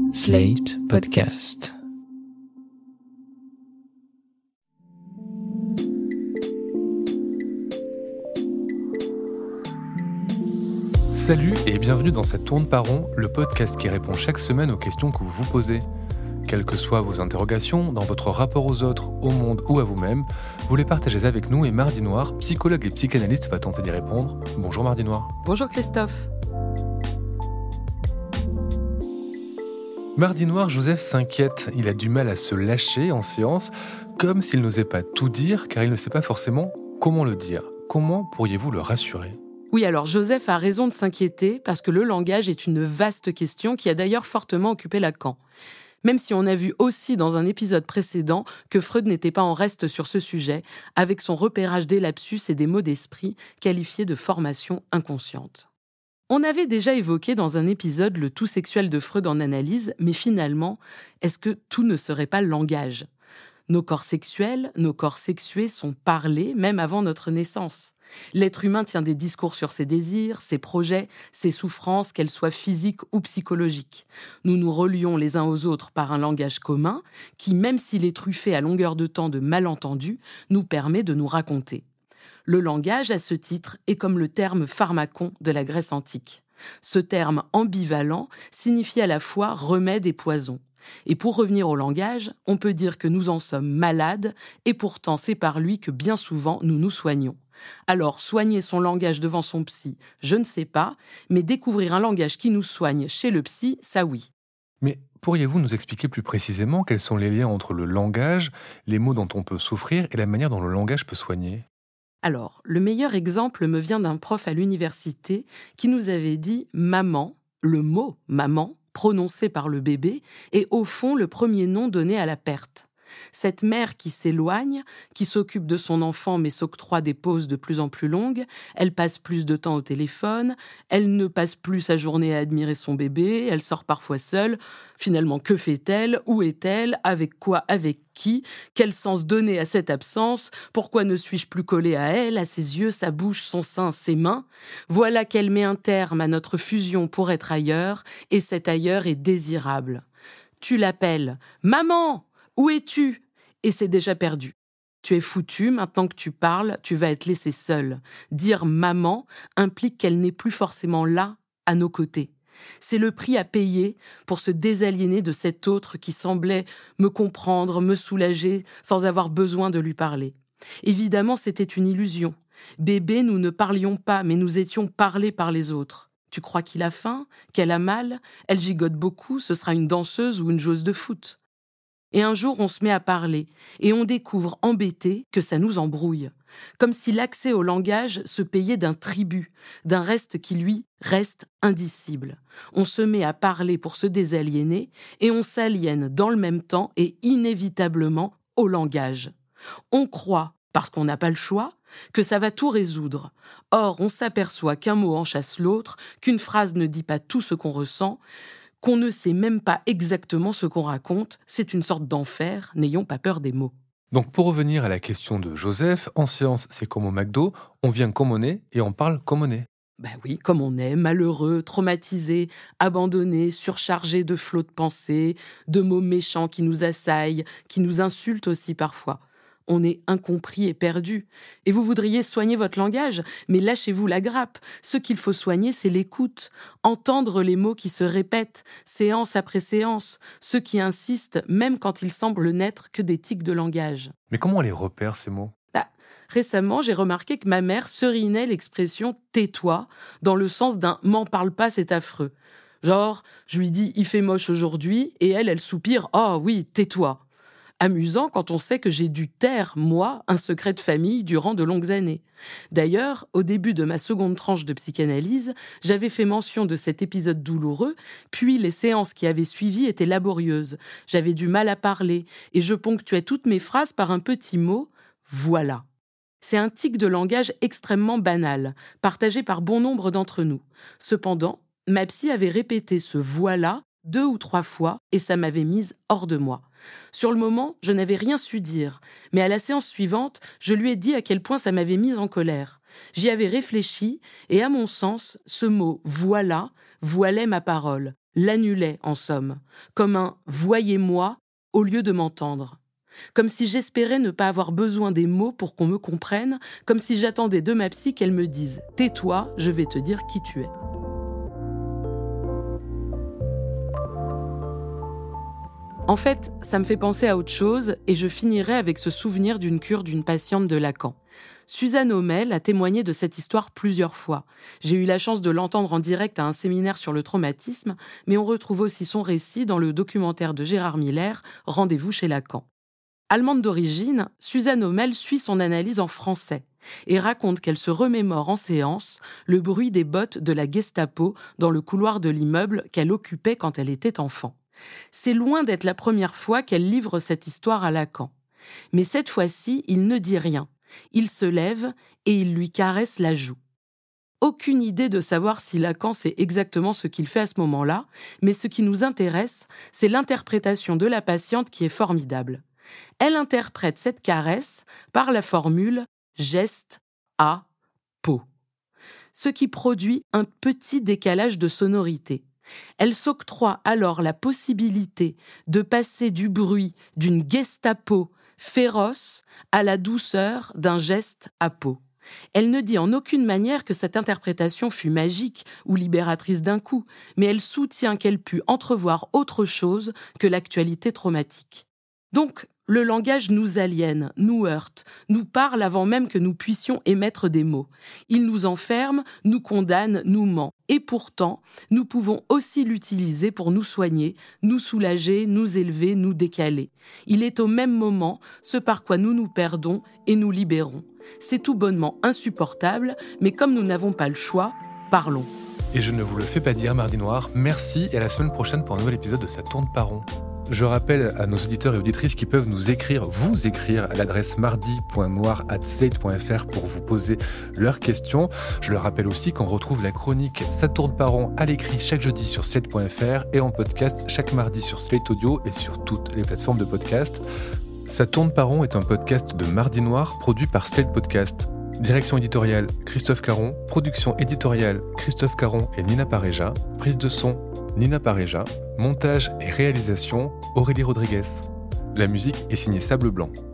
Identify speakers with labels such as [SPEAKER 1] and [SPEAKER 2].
[SPEAKER 1] Slate Podcast.
[SPEAKER 2] Salut et bienvenue dans cette tourne par rond, le podcast qui répond chaque semaine aux questions que vous vous posez. Quelles que soient vos interrogations, dans votre rapport aux autres, au monde ou à vous-même, vous les partagez avec nous et Mardi Noir, psychologue et psychanalyste, va tenter d'y répondre. Bonjour Mardi Noir.
[SPEAKER 3] Bonjour Christophe.
[SPEAKER 2] Mardi Noir, Joseph s'inquiète. Il a du mal à se lâcher en séance, comme s'il n'osait pas tout dire, car il ne sait pas forcément comment le dire. Comment pourriez-vous le rassurer ?
[SPEAKER 3] Oui, alors Joseph a raison de s'inquiéter parce que le langage est une vaste question qui a d'ailleurs fortement occupé Lacan. Même si on a vu aussi dans un épisode précédent que Freud n'était pas en reste sur ce sujet, avec son repérage des lapsus et des mots d'esprit qualifiés de formation inconsciente. On avait déjà évoqué dans un épisode le tout sexuel de Freud en analyse, mais finalement, est-ce que tout ne serait pas le langage ? Nos corps sexuels, nos corps sexués sont parlés même avant notre naissance. L'être humain tient des discours sur ses désirs, ses projets, ses souffrances, qu'elles soient physiques ou psychologiques. Nous nous relions les uns aux autres par un langage commun qui, même s'il est truffé à longueur de temps de malentendus, nous permet de nous raconter. Le langage, à ce titre, est comme le terme pharmacon de la Grèce antique. Ce terme ambivalent signifie à la fois remède et poison. Et pour revenir au langage, on peut dire que nous en sommes malades et pourtant c'est par lui que bien souvent nous nous soignons. Alors, soigner son langage devant son psy, je ne sais pas, mais découvrir un langage qui nous soigne chez le psy, ça oui.
[SPEAKER 2] Mais pourriez-vous nous expliquer plus précisément quels sont les liens entre le langage, les mots dont on peut souffrir et la manière dont le langage peut soigner ?
[SPEAKER 3] Alors, le meilleur exemple me vient d'un prof à l'université qui nous avait dit « maman », le mot « maman », prononcé par le bébé, est au fond le premier nom donné à la perte. Cette mère qui s'éloigne, qui s'occupe de son enfant mais s'octroie des pauses de plus en plus longues, elle passe plus de temps au téléphone, elle ne passe plus sa journée à admirer son bébé, elle sort parfois seule. Finalement, que fait-elle ? Où est-elle ? Avec quoi ? Avec qui ? Quel sens donner à cette absence ? Pourquoi ne suis-je plus collée à elle, à ses yeux, sa bouche, son sein, ses mains ? Voilà qu'elle met un terme à notre fusion pour être ailleurs, et cet ailleurs est désirable. Tu l'appelles « Maman !» Où es-tu ? Et c'est déjà perdu. Tu es foutu, maintenant que tu parles, tu vas être laissé seul. Dire « maman » implique qu'elle n'est plus forcément là, à nos côtés. C'est le prix à payer pour se désaliéner de cet autre qui semblait me comprendre, me soulager, sans avoir besoin de lui parler. Évidemment, c'était une illusion. Bébé, nous ne parlions pas, mais nous étions parlés par les autres. Tu crois qu'il a faim ? Qu'elle a mal ? Elle gigote beaucoup, ce sera une danseuse ou une joueuse de foot. Et un jour, on se met à parler, et on découvre, embêté, que ça nous embrouille. Comme si l'accès au langage se payait d'un tribut, d'un reste qui, lui, reste indicible. On se met à parler pour se désaliéner, et on s'aliène dans le même temps et inévitablement au langage. On croit, parce qu'on n'a pas le choix, que ça va tout résoudre. Or, on s'aperçoit qu'un mot enchâsse l'autre, qu'une phrase ne dit pas tout ce qu'on ressent, qu'on ne sait même pas exactement ce qu'on raconte, c'est une sorte d'enfer, n'ayons pas peur des mots.
[SPEAKER 2] Donc pour revenir à la question de Joseph, en séance c'est comme au McDo, on vient comme on est et on parle comme on est.
[SPEAKER 3] Ben oui, comme on est, malheureux, traumatisé, abandonné, surchargé de flots de pensées, de mots méchants qui nous assaillent, qui nous insultent aussi parfois. On est incompris et perdu. Et vous voudriez soigner votre langage, mais lâchez-vous la grappe. Ce qu'il faut soigner, c'est l'écoute. Entendre les mots qui se répètent, séance après séance. Ceux qui insistent, même quand ils semblent n'être que des tics de langage.
[SPEAKER 2] Mais comment on les repère, ces mots ?
[SPEAKER 3] Récemment, j'ai remarqué que ma mère serinait l'expression « tais-toi » dans le sens d'un « m'en parle pas, c'est affreux ». Genre, je lui dis « il fait moche aujourd'hui » et elle soupire « oh oui, tais-toi ». Amusant quand on sait que j'ai dû taire, moi, un secret de famille durant de longues années. D'ailleurs, au début de ma seconde tranche de psychanalyse, j'avais fait mention de cet épisode douloureux, puis les séances qui avaient suivi étaient laborieuses. J'avais du mal à parler, et je ponctuais toutes mes phrases par un petit mot « voilà ». C'est un tic de langage extrêmement banal, partagé par bon nombre d'entre nous. Cependant, ma psy avait répété ce « voilà » 2 ou 3 fois, et ça m'avait mise hors de moi. Sur le moment, je n'avais rien su dire, mais à la séance suivante, je lui ai dit à quel point ça m'avait mise en colère. J'y avais réfléchi, et à mon sens, ce mot « voilà » voilait ma parole. l'annulait en somme, comme un « voyez-moi » au lieu de m'entendre. Comme si j'espérais ne pas avoir besoin des mots pour qu'on me comprenne, comme si j'attendais de ma psy qu'elle me dise « tais-toi, je vais te dire qui tu es ». En fait, ça me fait penser à autre chose et je finirai avec ce souvenir d'une cure d'une patiente de Lacan. Suzanne Homel a témoigné de cette histoire plusieurs fois. J'ai eu la chance de l'entendre en direct à un séminaire sur le traumatisme, mais on retrouve aussi son récit dans le documentaire de Gérard Miller, Rendez-vous chez Lacan. Allemande d'origine, Suzanne Homel suit son analyse en français et raconte qu'elle se remémore en séance le bruit des bottes de la Gestapo dans le couloir de l'immeuble qu'elle occupait quand elle était enfant. C'est loin d'être la première fois qu'elle livre cette histoire à Lacan. Mais cette fois-ci, il ne dit rien. Il se lève et il lui caresse la joue. Aucune idée de savoir si Lacan sait exactement ce qu'il fait à ce moment-là, mais ce qui nous intéresse, c'est l'interprétation de la patiente qui est formidable. Elle interprète cette caresse par la formule « geste à peau », ce qui produit un petit décalage de sonorité. Elle s'octroie alors la possibilité de passer du bruit d'une Gestapo féroce à la douceur d'un geste à peau. Elle ne dit en aucune manière que cette interprétation fut magique ou libératrice d'un coup, mais elle soutient qu'elle put entrevoir autre chose que l'actualité traumatique. Donc, le langage nous aliène, nous heurte, nous parle avant même que nous puissions émettre des mots. Il nous enferme, nous condamne, nous ment. Et pourtant, nous pouvons aussi l'utiliser pour nous soigner, nous soulager, nous élever, nous décaler. Il est au même moment ce par quoi nous nous perdons et nous libérons. C'est tout bonnement insupportable, mais comme nous n'avons pas le choix, parlons.
[SPEAKER 2] Et je ne vous le fais pas dire, Mardi Noir. Merci et à la semaine prochaine pour un nouvel épisode de Ça tourne pas rond. Je rappelle à nos auditeurs et auditrices qui peuvent vous écrire à l'adresse mardi.noir@slate.fr pour vous poser leurs questions. Je leur rappelle aussi qu'on retrouve la chronique Ça tourne pas rond à l'écrit chaque jeudi sur slate.fr et en podcast chaque mardi sur Slate Audio et sur toutes les plateformes de podcast. Ça tourne pas rond est un podcast de Mardi Noir produit par Slate Podcast. Direction éditoriale Christophe Caron, production éditoriale Christophe Caron et Nina Pareja, prise de son Nina Pareja, montage et réalisation Aurélie Rodriguez. La musique est signée Sable Blanc.